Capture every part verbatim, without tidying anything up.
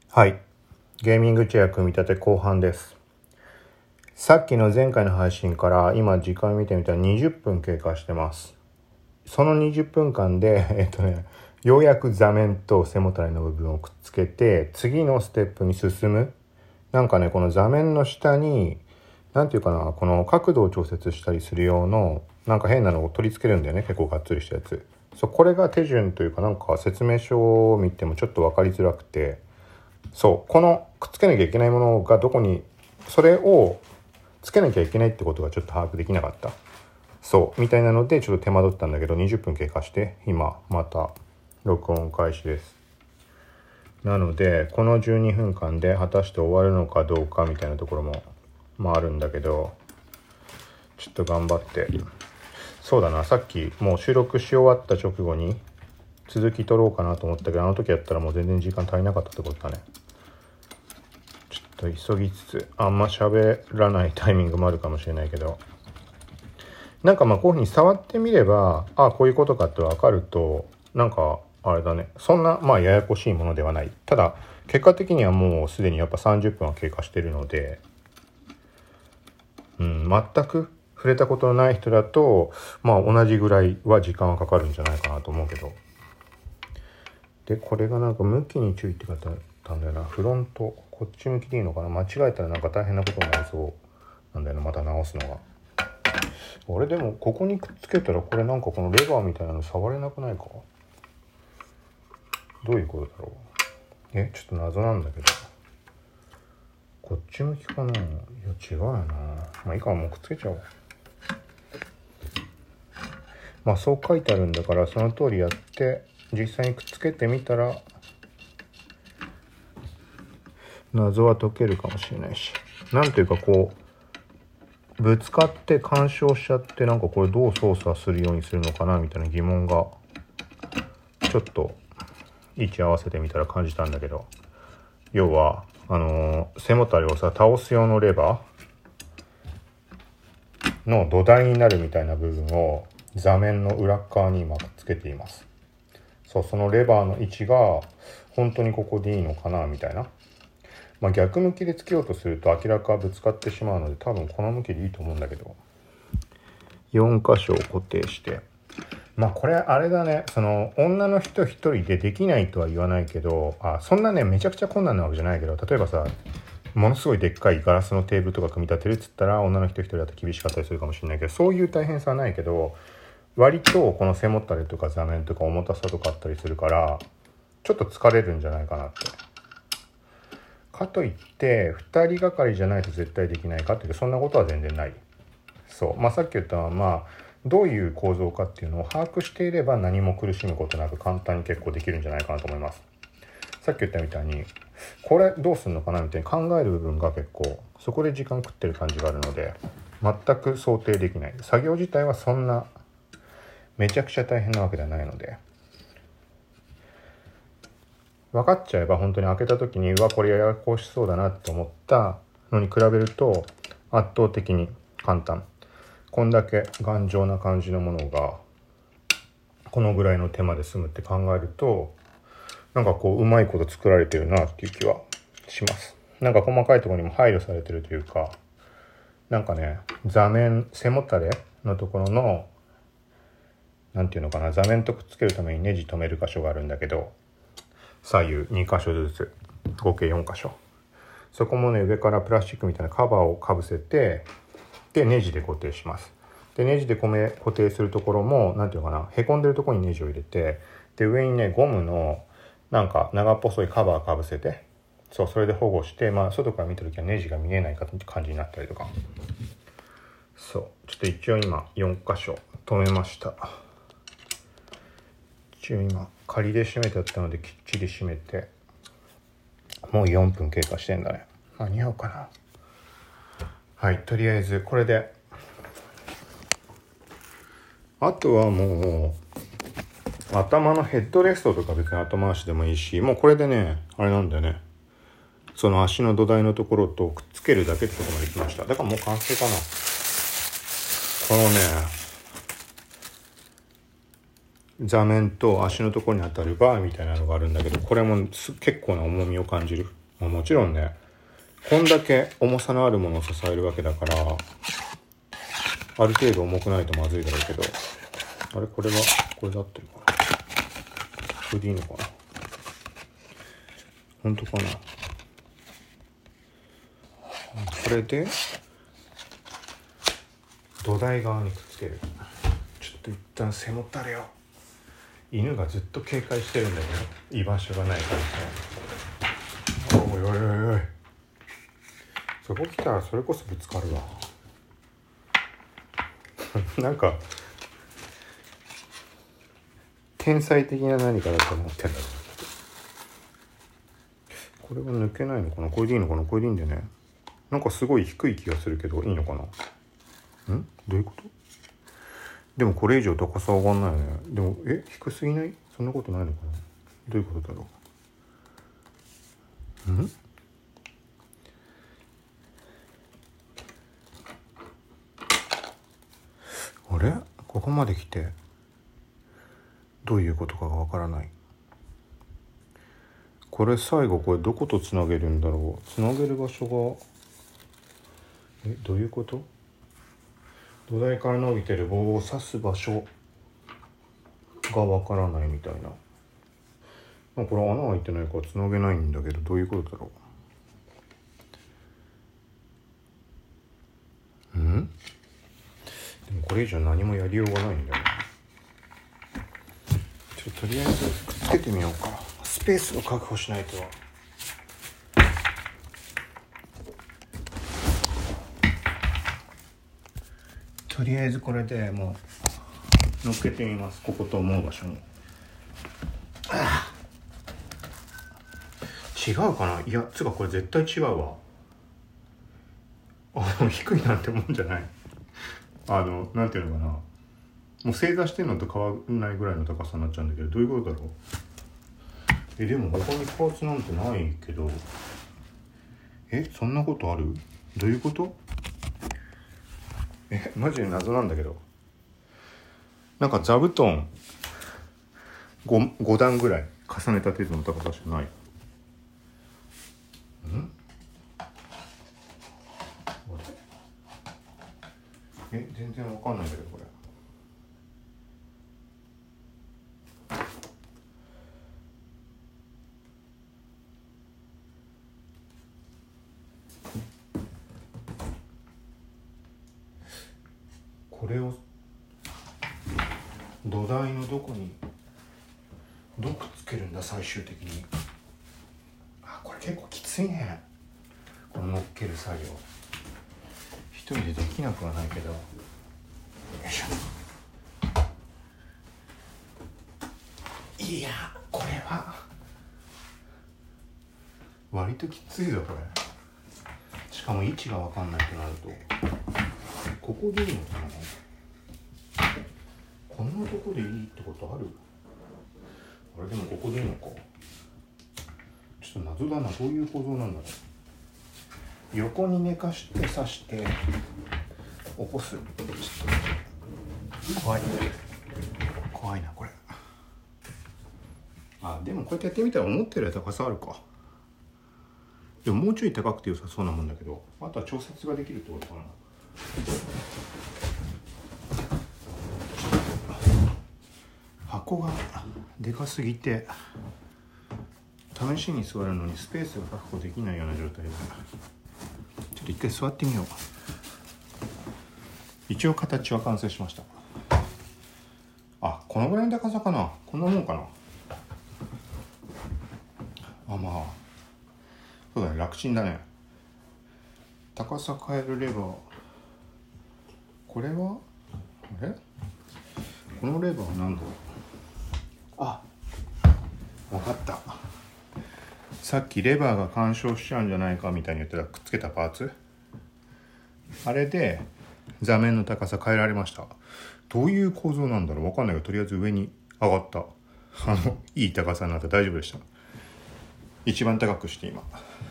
はい。ゲーミングチェア組み立て後半です。さっきの前回の配信から今時間見てみたらにじゅっぷん経過してます。そのにじゅっぷんかんで、えっとね、ようやく座面と背もたれの部分をくっつけて、次のステップに進む。なんかね、この座面の下に、なんていうかな、この角度を調節したりする用の、なんか変なのを取り付けるんだよね。結構がっつりしたやつ。そう、これが手順というか、なんか説明書を見てもちょっとわかりづらくて、そう、このくっつけなきゃいけないものがどこに、それをつけなきゃいけないってことがちょっと把握できなかった。そうみたいなのでちょっと手間取ったんだけど、にじゅっぷん経過して今また録音開始です。なのでこのじゅうにふんかんで果たして終わるのかどうかみたいなところもまああるんだけど、ちょっと頑張って。そうだな、さっきもう収録し終わった直後に続き撮ろうかなと思ったけど、あの時やったらもう全然時間足りなかったってことだね。ちょっと急ぎつつ、あんま喋らないタイミングもあるかもしれないけど、なんかまあこういうふうに触ってみれば、あこういうことかって分かると、なんかあれだね、そんなまあややこしいものではない。ただ結果的にはもうすでにやっぱさんじゅっぷんは経過しているので、うん、全く触れたことのない人だとまあ同じぐらいは時間はかかるんじゃないかなと思うけど。でこれがなんか向きに注意って書いてあったんだよな。フロントこっち向きでいいのかな。間違えたらなんか大変なことになりそうなんだよな、また直すのが。俺でもここにくっつけたらこれなんかこのレバーみたいなの触れなくないか。どういうことだろう。えちょっと謎なんだけど、こっち向きかな。いや違うよな。まあいいか、もうくっつけちゃおう。まあそう書いてあるんだからその通りやって実際にくっつけてみたら謎は解けるかもしれないし、なんていうかこうぶつかって干渉しちゃって、なんかこれどう操作するようにするのかなみたいな疑問がちょっと位置合わせてみたら感じたんだけど、要はあのー、背もたれをさ倒す用のレバーの土台になるみたいな部分を座面の裏側に今くっつけています。そう、そのレバーの位置が本当にここでいいのかなみたいな。まあ逆向きでつけようとすると明らかぶつかってしまうので、多分この向きでいいと思うんだけど、よん箇所を固定して、まあこれあれだね、その女の人一人でできないとは言わないけど、あそんなねめちゃくちゃ困難なわけじゃないけど、例えばさものすごいでっかいガラスのテーブルとか組み立てるっつったら女の人一人だと厳しかったりするかもしれないけど、そういう大変さはないけど、割とこの背もたれとか座面とか重たさとかあったりするからちょっと疲れるんじゃないかなって。かといってふたりがかりじゃないと絶対できないかっていうと、そんなことは全然ない。そう、まあさっき言ったのはまあどういう構造かっていうのを把握していれば何も苦しむことなく簡単に結構できるんじゃないかなと思います。さっき言ったみたいにこれどうするのかなみたいに考える部分が結構そこで時間食ってる感じがあるので、全く想定できない。作業自体はそんなめちゃくちゃ大変なわけではないので、分かっちゃえば本当に開けた時にうわこれややこしそうだなって思ったのに比べると圧倒的に簡単。こんだけ頑丈な感じのものがこのぐらいの手間で済むって考えると、なんかこううまいこと作られてるなっていう気はします。なんか細かいところにも配慮されてるというか、なんかね座面背もたれのところのなんていうのかな、座面とくっつけるためにネジ止める箇所があるんだけど、左右に箇所ずつ合計よん箇所、そこもね上からプラスチックみたいなカバーをかぶせて、でネジで固定します。でネジで固定するところもなんていうのかな、へこんでるところにネジを入れて、で上にねゴムのなんか長っぽそいカバーかぶせて、そうそれで保護して、まあ外から見た時はネジが見えない感じになったりとか。そうちょっと一応今よん箇所止めました。一応今仮で締めてあったのできっちり締めて、もうよんぷん経過してんだね。間に合うかな。はい、とりあえずこれで、あとはもう頭のヘッドレストとか別に後回しでもいいし、もうこれでねあれなんだよね、その足の土台のところとくっつけるだけってことまで来ました。だからもう完成かな。このね座面と足のところに当たるバーみたいなのがあるんだけど、これも結構な重みを感じる。まあ、もちろんねこんだけ重さのあるものを支えるわけだからある程度重くないとまずいだろうけど、あれこれはこれで合ってるかな、これでいいのかな、本当かな、これで土台側にくっつける。ちょっと一旦背もたれを、犬がずっと警戒してるんだけど居場所がないからさ、おいおいおいおい、そこ来たらそれこそぶつかるわなんか天才的な何かだと思ってんだろう。これは抜けないのかな、これでいいのかな、これでいいんだよね。なんかすごい低い気がするけどいいのかな。んどういうこと？でもこれ以上高さ上がんないよね。でもえ低すぎない？そんなことないのかな。どういうことだろう。んあれここまで来てどういうことかがわからない。これ最後これどことつなげるんだろう。つなげる場所がえどういうこと？土台から伸びてる棒を刺す場所がわからないみたいな。まあ、これ穴開いてないからつなげないんだけどどういうことだろう。うん？でもこれ以上何もやりようがないんだよね。ちょっととりあえずくっつけてみようか。スペースを確保しないと。とりあえずこれでもう乗っけてみます。ここと思う場所に。ああ違うかな。いやつかこれ絶対違うわ。あ低いなんてもんじゃない。あのなんていうのかな、もう正座してるのと変わらないぐらいの高さになっちゃうんだけど、どういうことだろう。えでも他にパーツなんてないけど、えそんなことある？どういうこと？えマジで謎なんだけど、なんか座布団 5, 5段ぐらい重ねた程度の高さしかない。ん？え全然わかんないんだけどこれ。これを土台のどこにどうくっつけるんだ最終的に。あこれ結構きついね、この乗っける作業。一人でできなくはないけど。よいしょ。いやこれは割ときついぞこれ。しかも位置が分かんないとなるとここでいいのかな。こんなとこでいいってことある？あれでもここでいいのか。ちょっと謎だな。どういう構造なんだろう。横に寝かして刺して起こす。ちょっと怖い怖いなこれ。あでもこうやってやってみたら思ってる高さあるか。でももうちょい高くて良さそうなもんだけど、あとは調節ができるってことかな。箱がでかすぎて試しに座るのにスペースが確保できないような状態で、ちょっと一回座ってみよう。一応形は完成しました。あこのぐらいの高さかな。こんなもんかな。あまあそうだね、楽ちんだね。高さ変えるレバー、これはあれこのレバーは何だろう。あ分かった。さっきレバーが干渉しちゃうんじゃないかみたいに言ってたくっつけたパーツ、あれで座面の高さ変えられました。どういう構造なんだろう分かんないけど、とりあえず上に上がった。あのいい高さになって大丈夫でした。一番高くして今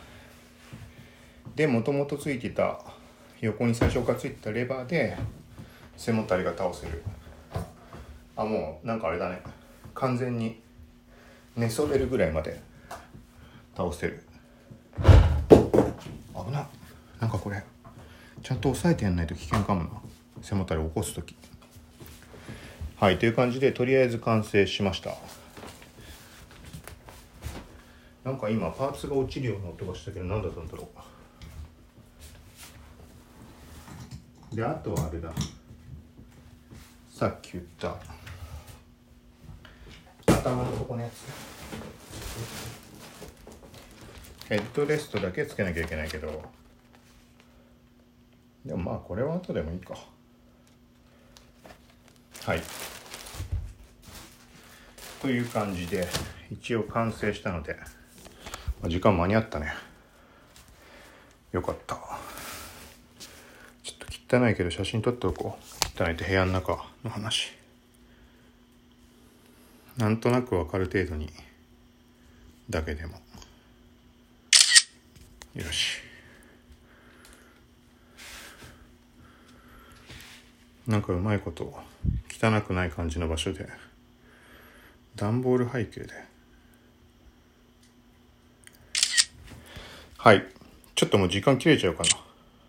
で、もともとついてた横に最初からついてたレバーで背もたれが倒せる。あもうなんかあれだね、 完全に寝そべるぐらいまで倒せる。危な。なんかこれちゃんと押さえてやんないと危険かもな、背もたれを起こすとき。はい、という感じでとりあえず完成しました。なんか今パーツが落ちるような音がしたけど何だったんだろう。であとはあれだ、さっき言った頭のとこのやつ、ヘッドレストだけつけなきゃいけないけど、でもまあこれは後でもいいか。はい、という感じで一応完成したので、時間間に合ったね。よかった。ちょっと汚いけど写真撮っておこう。汚いって部屋の中の話、なんとなく分かる程度にだけでもよし。なんかうまいこと汚くない感じの場所で段ボール背景で、はい、ちょっともう時間切れちゃうかな。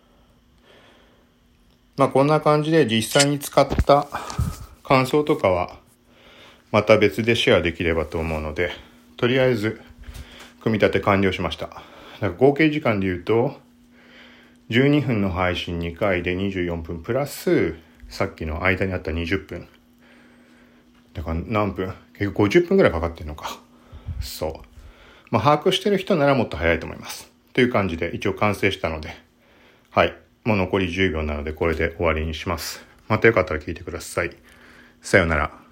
まあこんな感じで実際に使った感想とかはまた別でシェアできればと思うので、とりあえず組み立て完了しました。だから合計時間で言うとじゅうにふんの配信にかいでにじゅうよんぷんプラスさっきの間にあったにじゅっぷんだから何分、結局ごじゅっぷんぐらいかかってるのか。そう、まあ把握してる人ならもっと早いと思いますという感じで一応完成したので、はい、もう残りじゅうびょうなのでこれで終わりにします。またよかったら聞いてください。さようなら。